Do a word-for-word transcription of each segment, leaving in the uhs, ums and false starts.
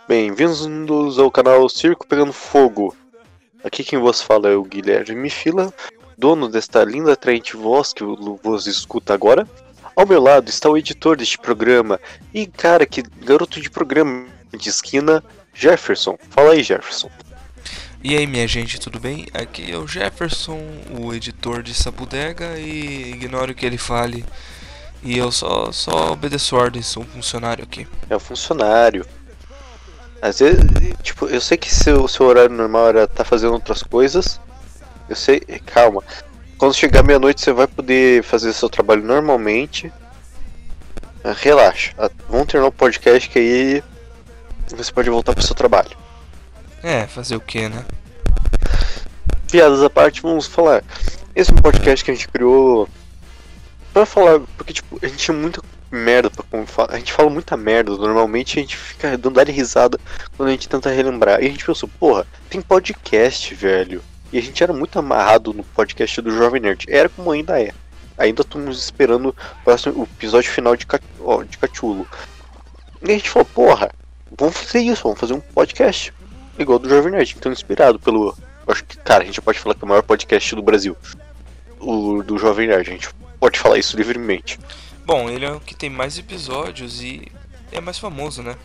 Bem-vindos ao canal Circo Pegando Fogo. Aqui quem vos fala é o Guilherme Fila, dono desta linda atraente voz que vos escuta agora. Ao meu lado está o editor deste programa e cara, que garoto de programa de esquina, Jefferson. Fala aí, Jefferson. E aí, minha gente, tudo bem? Aqui é o Jefferson, o editor de essa bodega, e ignoro o que ele fale. E eu só, só obedeço ordens, sou um funcionário aqui. É um funcionário. Às vezes, tipo, eu sei que seu, seu horário normal era estar tá fazendo outras coisas. Eu sei, calma. Quando chegar meia-noite você vai poder fazer seu trabalho normalmente. Relaxa, vamos terminar o podcast que aí você pode voltar pro seu trabalho. É, fazer o que, né? Piadas à parte, vamos falar. Esse é um podcast que a gente criou pra falar, porque tipo, a gente tinha muita merda pra falar. A gente fala muita merda, normalmente a gente fica dando dar risada quando a gente tenta relembrar. E a gente pensou, porra, tem podcast, velho. E a gente era muito amarrado no podcast do Jovem Nerd. Era como ainda é. Ainda estamos esperando o, próximo, o episódio final de, ó, de Cthulhu. E a gente falou, porra, vamos fazer isso, vamos fazer um podcast igual do Jovem Nerd, então inspirado pelo... Acho que, cara, a gente pode falar que é o maior podcast do Brasil, o do Jovem Nerd, a gente pode falar isso livremente. Bom, ele é o que tem mais episódios e é mais famoso, né?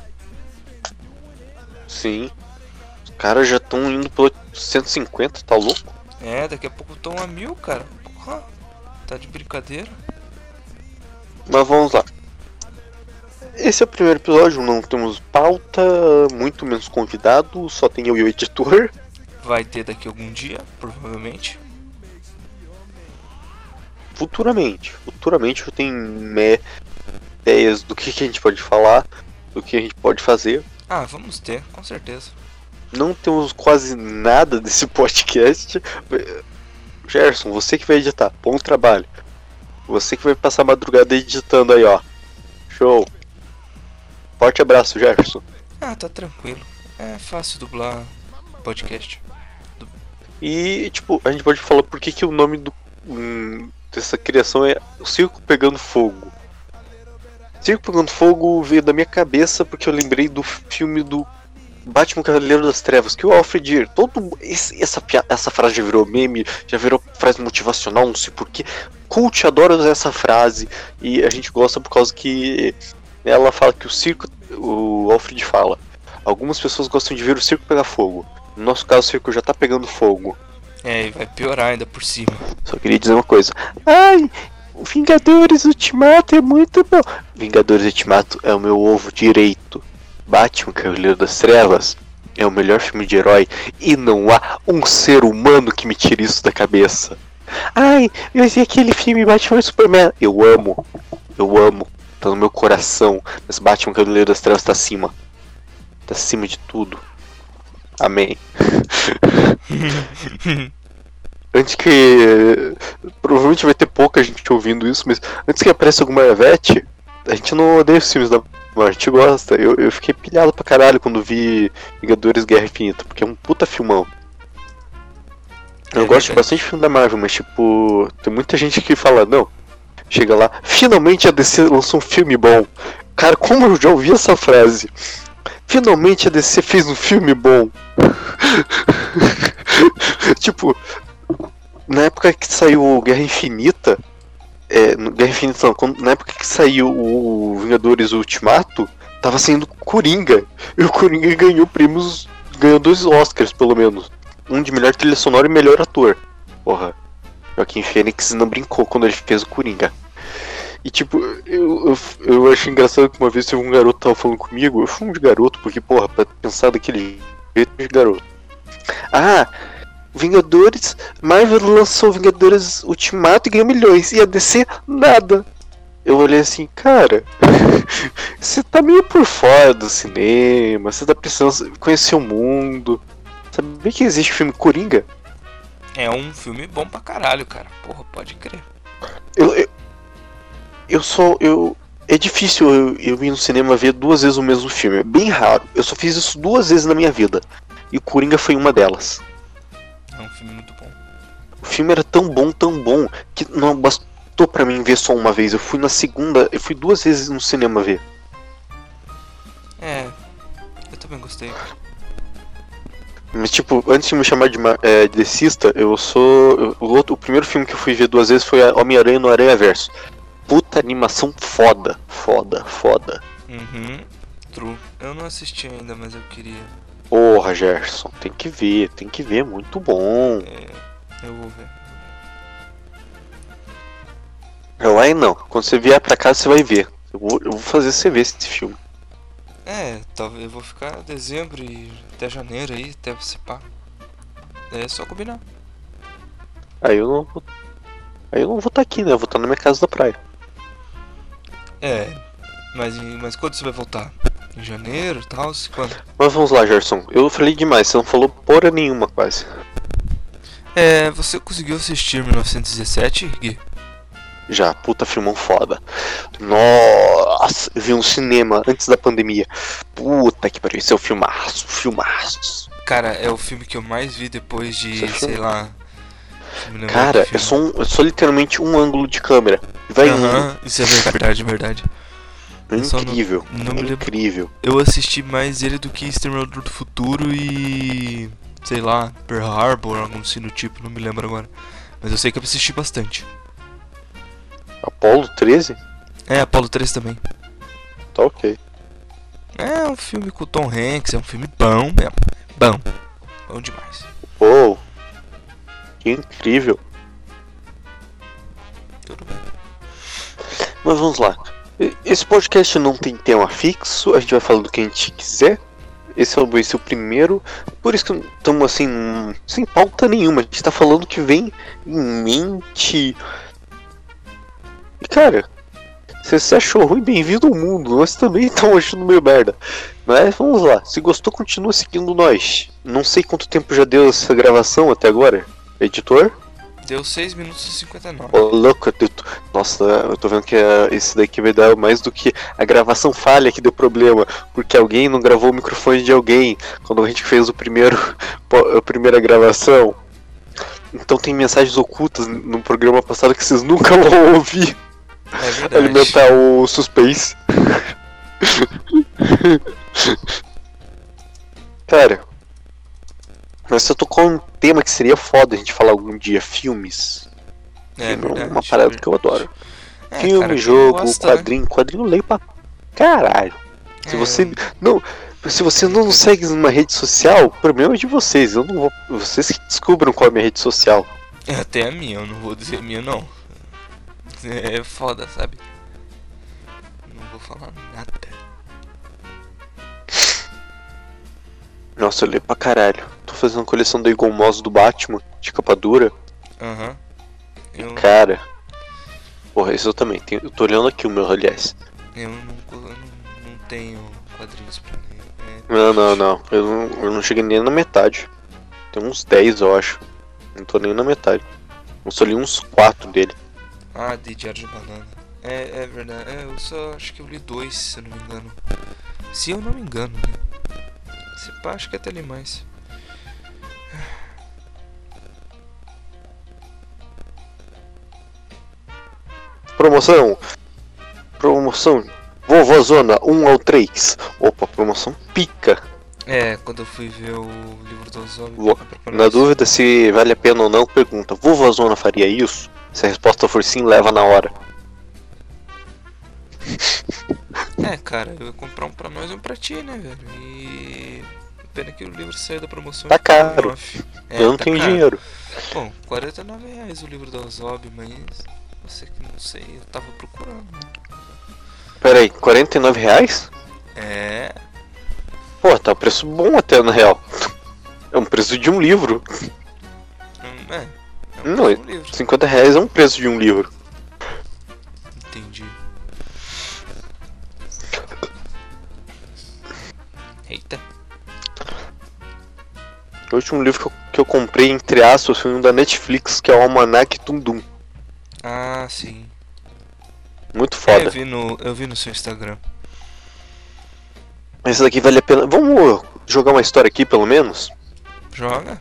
Sim. Os caras já estão indo pelo cento e cinquenta, tá louco? É, daqui a pouco estão a mil, cara. Porra, tá de brincadeira. Mas vamos lá. Esse é o primeiro episódio, não temos pauta, muito menos convidado, só tem eu e o editor. Vai ter daqui a algum dia, provavelmente. Futuramente, futuramente eu tenho me... ideias do que, que a gente pode falar, do que a gente pode fazer. Ah, vamos ter, com certeza. Não temos quase nada desse podcast. Gerson, você que vai editar, bom trabalho. Você que vai passar a madrugada editando aí, ó. Show. Forte abraço, Jefferson. Ah, tá tranquilo. É fácil dublar podcast. Du... E, tipo, a gente pode falar por que, que o nome do, hum, dessa criação é o Circo Pegando Fogo. Circo Pegando Fogo veio da minha cabeça porque eu lembrei do filme do Batman Cavaleiro das Trevas, que o Alfred, todo esse, essa, essa frase já virou meme, já virou frase motivacional, não sei porquê. Cult adora usar essa frase e a gente gosta por causa que ela fala que o circo, o Alfred fala, algumas pessoas gostam de ver o circo pegar fogo. No nosso caso o circo já tá pegando fogo. É, e vai piorar ainda por cima. Só queria dizer uma coisa. Ai, Vingadores Ultimato é muito bom. Vingadores Ultimato é o meu ovo direito. Batman Cavaleiro das Trevas é o melhor filme de herói e não há um ser humano que me tire isso da cabeça. Ai, eu vi aquele filme Batman e Superman. Eu amo, eu amo, tá no meu coração. Mas Batman Cavaleiro das Trevas tá acima. Tá acima de tudo. Amém. Antes que... Provavelmente vai ter pouca gente ouvindo isso, mas antes que apareça alguma Marvete, a gente não odeia os filmes da Marvel, a gente gosta. Eu, eu fiquei pilhado pra caralho quando vi Vingadores Guerra Infinita, porque é um puta filmão. Eu é gosto de bastante filme da Marvel, mas tipo, tem muita gente que fala, não, chega lá, finalmente a D C lançou um filme bom. Cara, como eu já ouvi essa frase? Finalmente a D C fez um filme bom. Tipo, na época que saiu Guerra Infinita, é, Guerra Infinita não, quando, na época que saiu o Vingadores Ultimato, tava saindo Coringa. E o Coringa ganhou prêmios, ganhou dois Oscars pelo menos. Um de melhor trilha sonora e melhor ator. Porra, Joaquim Fênix não brincou quando ele fez o Coringa. E tipo, eu, eu, eu achei engraçado que uma vez teve um garoto que tava falando comigo. Eu fui um de garoto, porque porra, pra pensar daquele jeito de garoto. Ah, Vingadores, Marvel lançou Vingadores Ultimato e ganhou milhões, e a D C nada. Eu olhei assim, cara, você tá meio por fora do cinema, você tá precisando conhecer o mundo. Sabia que existe o filme Coringa? É um filme bom pra caralho, cara. Porra, pode crer. Eu, eu, eu só, eu... É difícil eu, eu ir no cinema ver duas vezes o mesmo filme, é bem raro. Eu só fiz isso duas vezes na minha vida, e o Coringa foi uma delas. É um filme muito bom. O filme era tão bom, tão bom, que não bastou pra mim ver só uma vez. Eu fui na segunda, eu fui duas vezes no cinema ver. É, também gostei. Mas, tipo, antes de me chamar de é, decista, eu sou. Eu, o, outro, o primeiro filme que eu fui ver duas vezes foi Homem-Aranha no Aranha-Verso. Puta animação foda, foda, foda. Uhum, true. Eu não assisti ainda, mas eu queria. Porra, Gerson, tem que ver, tem que ver, muito bom. É, eu vou ver. Eu aí não, quando você vier pra casa você vai ver. Eu vou, eu vou fazer você ver esse filme. É, talvez eu vou ficar dezembro e até janeiro aí, até se pá. É só combinar. Aí eu não vou. Aí eu não vou estar aqui, né? Eu vou estar na minha casa da praia. É, mas, mas quando você vai voltar? Em janeiro e tal? Quando? Mas vamos lá, Gerson. Eu falei demais, você não falou porra nenhuma quase. É, você conseguiu assistir mil novecentos e dezessete, Gui? Já, puta filmão foda. Nossa, eu vi um cinema antes da pandemia. Puta que pariu, esse é o filmaço, filmaço. Cara, é o filme que eu mais vi depois de, sei lá. Cara, é só, um, é só literalmente um ângulo de câmera. Vai Aham, isso é verdade, verdade. É incrível, não, não é me incrível. Eu assisti mais ele do que Exterminador do Futuro e... sei lá, Pearl Harbor, algo assim do tipo, não me lembro agora. Mas eu sei que eu assisti bastante. Apollo treze? É, Apollo treze também. Tá ok. É um filme com o Tom Hanks, é um filme bom mesmo. Bom. Bom demais. Oh, que incrível. Tudo bem. Mas vamos lá. Esse podcast não tem tema fixo, a gente vai falando do que a gente quiser. Esse vai ser o primeiro. Por isso que estamos assim, sem pauta nenhuma. A gente tá falando o que vem em mente. E cara, se você achou ruim, bem-vindo ao mundo. Nós também estamos achando meio merda. Mas vamos lá. Se gostou, continua seguindo nós. Não sei quanto tempo já deu essa gravação até agora, editor. Deu seis minutos e cinquenta e nove. Ô, louco, eu tô... Nossa, eu tô vendo que uh, esse daqui vai dar mais do que a gravação falha que deu problema, porque alguém não gravou o microfone de alguém quando a gente fez o primeiro, a primeira gravação. Então tem mensagens ocultas no programa passado que vocês nunca vão ouvir. É verdade. Alimentar o suspense. Cara, mas eu tô com um tema que seria foda a gente falar algum dia, filmes. É Filme verdade. é uma parada verdade. que eu adoro. É, Filme, cara, jogo, gosta, quadrinho, né? Quadrinho eu leio pra caralho. Se É, você não, se você não nos segue numa rede social, o problema é de vocês. Eu não vou, vocês que descubram qual é a minha rede social. É até a minha, eu não vou dizer a minha não. É foda, sabe? Não vou falar nada. Nossa, eu leio pra caralho. Tô fazendo uma coleção do Eagle Moss do Batman, de capa dura. Aham. E Eu, cara, porra, isso eu também tenho. Eu tô olhando aqui o meu, aliás. eu, não, eu não, não tenho quadrinhos pra ler. É, Não, não, não. Eu não, eu não cheguei nem na metade. Tem uns dez, eu acho. Não tô nem na metade. Eu só li uns quatro dele. Ah, de Diário de Banana. É, é verdade. É, eu só acho que eu li dois, se eu não me engano. Se eu não me engano, né? Se pá, acho que até li mais. Promoção! Promoção! Vovozona um ao três. Opa, promoção pica. É, quando eu fui ver o livro do Zombie. Vo- Na dúvida se vale a pena ou não, pergunta: Vovozona faria isso? Se a resposta for sim, leva na hora. É, cara, eu ia comprar um pra nós e um pra ti, né, velho? E. Pena que o livro saiu da promoção. Tá e ficou caro. off. É, Eu não tá tenho caro. dinheiro. Bom, quarenta e nove reais o livro da Zob, mas. Você que não sei, eu tava procurando. Né? Pera aí, quarenta e nove reais? É. Pô, tá um preço bom até na real. É um preço de um livro. hum, É. É um Não, bom livro. cinquenta reais é um preço de um livro. Entendi. Eita. O último livro que eu, que eu comprei, entre aspas, foi um da Netflix, que é o Almanac Tundum. Ah, sim. Muito É, foda. eu vi no, eu vi no seu Instagram. Esse daqui vale a pena. Vamos jogar uma história aqui, pelo menos? Joga?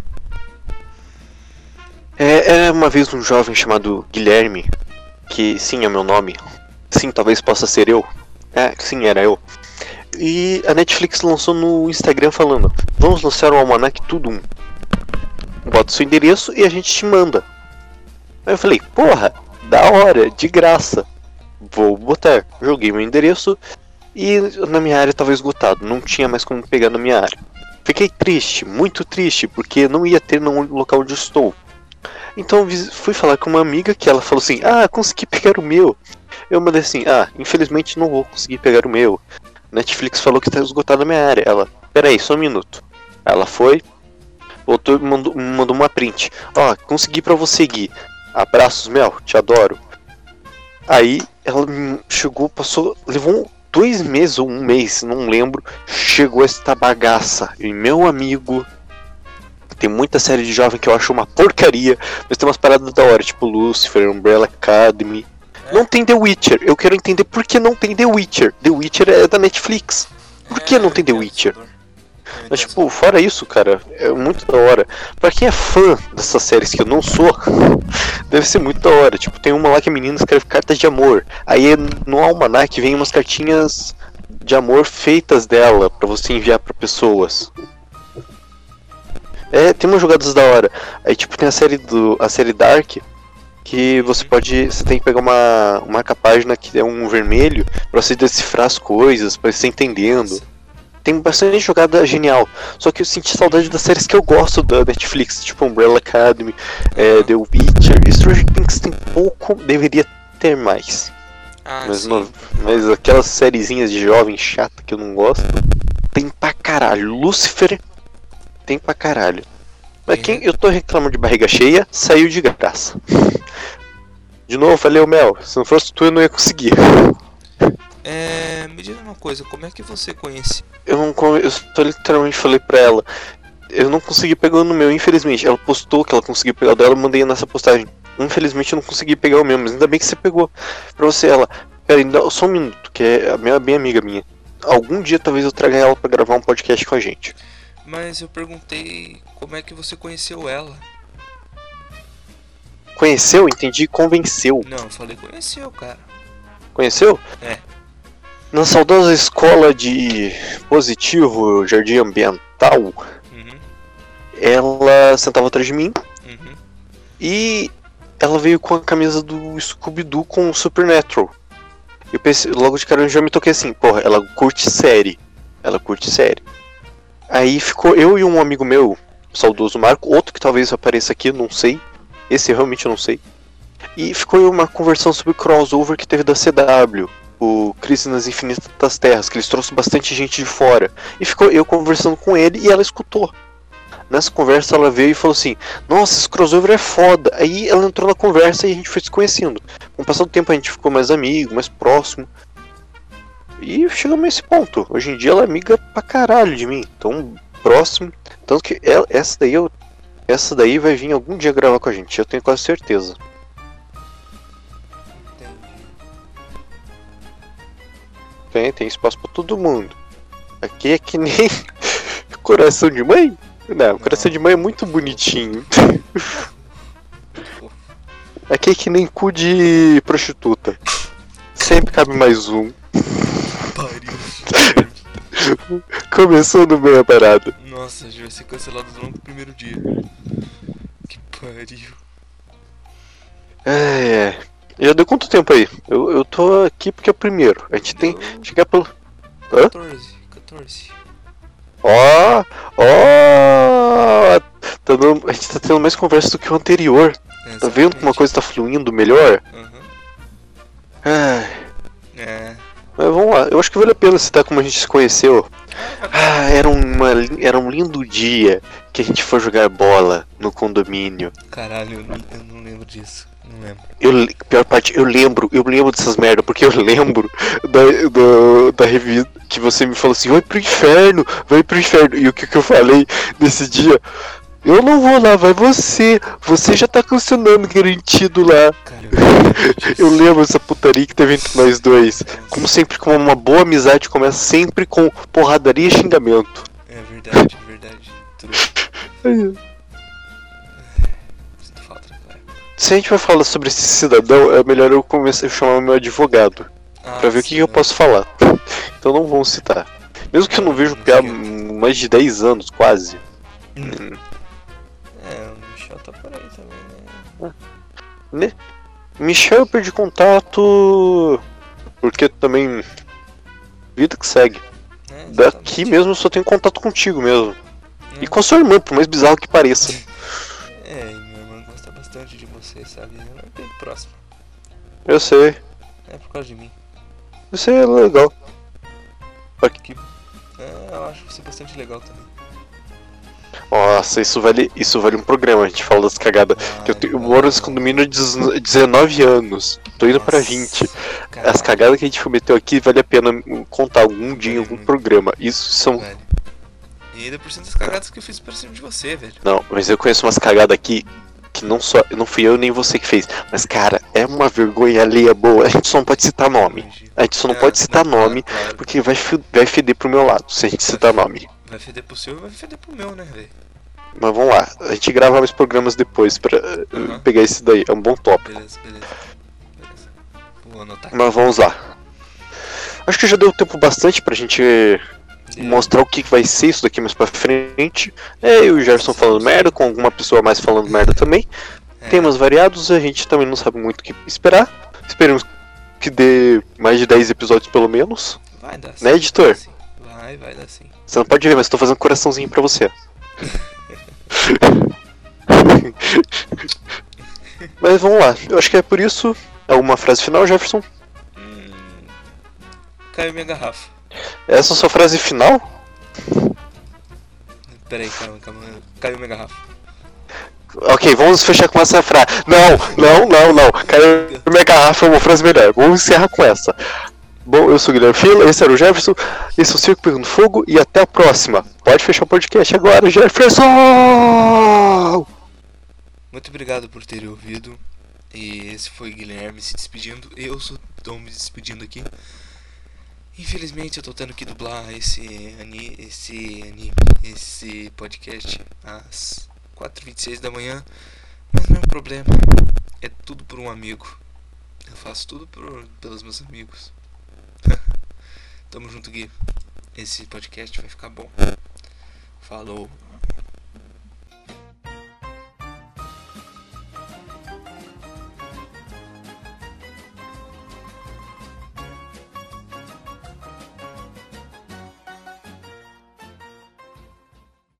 É, é uma vez um jovem chamado Guilherme, que sim é meu nome. Sim, talvez possa ser eu. É, sim, era eu. E a Netflix lançou no Instagram falando: vamos lançar o Almanac Tudo um. Bota seu endereço e a gente te manda. Aí eu falei: porra, da hora, de graça. Vou botar. Joguei meu endereço e na minha área estava esgotado. Não tinha mais como pegar na minha área. Fiquei triste, muito triste, porque não ia ter no local onde eu estou. Então fui falar com uma amiga que ela falou assim: ah, consegui pegar o meu. Eu mandei assim: ah, infelizmente não vou conseguir pegar o meu. Netflix falou que está esgotado na minha área. Ela: peraí, só um minuto. Ela foi, voltou e mandou, mandou uma print. Ó, oh, consegui pra você, Gui. Abraços, Mel, te adoro. Aí ela chegou, passou, levou dois meses ou um mês, não lembro. Chegou esta bagaça. E meu amigo, tem muita série de jovem que eu acho uma porcaria, mas tem umas paradas da hora, tipo Lucifer, Umbrella Academy. É. Não tem The Witcher. Eu quero entender por que não tem The Witcher. The Witcher é da Netflix. Por que é, não tem The Witcher? Mas tipo, fora isso, cara, é muito da hora. Pra quem é fã dessas séries que eu não sou, deve ser muito da hora. Tipo, tem uma lá que a menina escreve cartas de amor. Aí no almanac vem umas cartinhas de amor feitas dela pra você enviar pra pessoas. É, tem umas jogadas da hora. Aí tipo, tem a série do a série Dark, que você pode, você tem que pegar uma uma página que é um vermelho pra você decifrar as coisas, pra você ir entendendo. Tem bastante jogada genial. Só que eu senti saudade das séries que eu gosto da Netflix, tipo Umbrella Academy, é, The Witcher. Stranger Things tem pouco, deveria ter mais. Ah, mas, não, mas aquelas sériezinhas de jovem chata que eu não gosto, tem pra caralho. Lucifer tem pra caralho. Mas quem eu tô reclamando de barriga cheia, saiu de graça. De novo, falei, Mel, se não fosse tu eu não ia conseguir. É, me diga uma coisa, como é que você conhece? Eu não, eu só literalmente falei pra ela, eu não consegui pegar no meu, infelizmente. Ela postou que ela conseguiu pegar o dela, eu mandei nessa postagem. Infelizmente eu não consegui pegar o meu, mas ainda bem que você pegou. Pra você, ela, pera, ainda só um minuto, que é a minha bem amiga minha. Algum dia talvez eu traga ela pra gravar um podcast com a gente. Mas eu perguntei como é que você conheceu ela. Conheceu? Entendi, convenceu. Não, eu falei conheceu, cara. Conheceu? É. Na saudosa escola de Positivo Jardim Ambiental, uhum. Ela sentava atrás de mim, uhum. E ela veio com a camisa do Scooby-Doo com o Supernatural. Eu pensei, logo de cara eu já me toquei assim, porra, ela curte série. Ela curte série. Aí ficou eu e um amigo meu, saudoso Marco, outro que talvez apareça aqui, não sei. Esse eu realmente não sei. E ficou uma conversão sobre o crossover que teve da C W. O Crise nas Infinitas Terras, que eles trouxeram bastante gente de fora. E ficou eu conversando com ele e ela escutou. Nessa conversa ela veio e falou assim, nossa, esse crossover é foda. Aí ela entrou na conversa e a gente foi se conhecendo. Com o passar do tempo a gente ficou mais amigo, mais próximo. E chegamos a esse ponto. Hoje em dia ela é amiga pra caralho de mim. Tão próximo. Tanto que ela, essa, daí eu, essa daí vai vir algum dia gravar com a gente, eu tenho quase certeza. Tem, tem espaço pra todo mundo. Aqui é que nem coração de mãe? Não, coração de mãe é muito bonitinho. Aqui é que nem cu de prostituta. Sempre cabe mais um. Começando bem a parada. Nossa, já vai ser cancelado no primeiro dia. Que pariu. É, é. Já deu quanto tempo aí? Eu, eu tô aqui porque é o primeiro. A gente deu... tem que chegar pelo... Hã? quatorze, quatorze. Ó, ó, tá dando... a gente tá tendo mais conversa do que o anterior. Exatamente. Tá vendo como uma coisa tá fluindo melhor? Uhum. Ah. É. Mas vamos lá, eu acho que vale a pena citar como a gente se conheceu. Ah, era, uma, era um lindo dia que a gente foi jogar bola no condomínio. Caralho, eu não, eu não lembro disso. Não lembro. Eu, pior parte, eu lembro, eu lembro dessas merda, porque eu lembro da, da, da revista que você me falou assim, vai pro inferno, vai pro inferno. E o que, que eu falei nesse dia? Eu não vou lá, vai você. Você já tá funcionando garantido lá. Cara, eu, eu lembro dessa putaria que teve entre nós dois. Como sempre, como uma boa amizade começa sempre com porradaria e xingamento. É verdade, é verdade. Tudo... Se a gente vai falar sobre esse cidadão, é melhor eu começar a chamar meu advogado. Ah, pra ver sim, o que, que eu posso falar. Então não vamos citar. Mesmo que eu não vejo o P A há mais de dez anos, quase. Hum. É, o Michel tá por aí também, né? Né? Michel eu perdi contato. Porque também. Vida que segue. É, Daqui mesmo eu só tenho contato contigo mesmo. É. E com a sua irmã, por mais bizarro que pareça. É, e minha irmã gosta bastante de você, sabe? Ela é bem próxima. Eu sei. É por causa de mim. Eu sei, é legal. Que... É, eu acho você bastante legal também. Nossa, isso vale, isso vale um programa, a gente fala das cagadas. Vale, que eu, tenho, eu vale, moro nesse vale. condomínio há dezenove anos. Tô indo Nossa, pra vinte. cara, As cagadas que a gente cometeu aqui vale a pena contar algum dia em Vale algum muito. programa. Isso são. velho. E ainda por cima das cagadas que eu fiz pra cima de você, velho. Não, mas eu conheço umas cagadas aqui que não só. Não fui eu nem você que fez. Mas, cara, é uma vergonha alheia boa. A gente só não pode citar nome. Imagina. A gente só não Ah, pode citar claro, nome, claro. porque vai, fe- vai feder pro meu lado se a gente citar nome. Vai feder pro seu e vai feder pro meu, né, velho? Mas vamos lá, a gente grava mais programas depois pra uh, Aham. pegar esse daí, é um bom tópico. Beleza, beleza. Beleza. Vou anotar aqui. Mas vamos lá. Acho que já deu tempo bastante pra gente Deu. mostrar o que que vai ser isso daqui mais pra frente. É, eu e o Gerson falando merda, com alguma pessoa mais falando merda também. É, Temas variados, a gente também não sabe muito o que esperar. Esperemos que dê mais de dez episódios pelo menos. vai dar sim. Né, editor? Vai, sim. vai, vai dar sim. Você não pode ver, mas tô fazendo coraçãozinho pra você. Mas vamos lá, eu acho que é por isso. Alguma frase final, Jefferson? Hum, caiu minha garrafa. Essa é a sua frase final? Pera aí, calma, calma. Caiu minha garrafa. Ok, vamos fechar com essa frase. Não, não, não, não. Caiu minha garrafa, é uma frase melhor. Vamos encerrar com essa. Bom, eu sou o Guilherme Fila, esse era o Jefferson, esse é o Circo Pegando Fogo e até a próxima. Pode fechar o podcast agora, Jefferson! Muito obrigado por terem ouvido. E esse foi o Guilherme se despedindo. Eu sou Tom me despedindo aqui. Infelizmente eu tô tendo que dublar esse ani esse anime, esse podcast às quatro e vinte e seis da manhã. Mas não é um problema. É tudo por um amigo. Eu faço tudo por, pelos meus amigos. Tamo junto, Gui. Esse podcast vai ficar bom. Falou.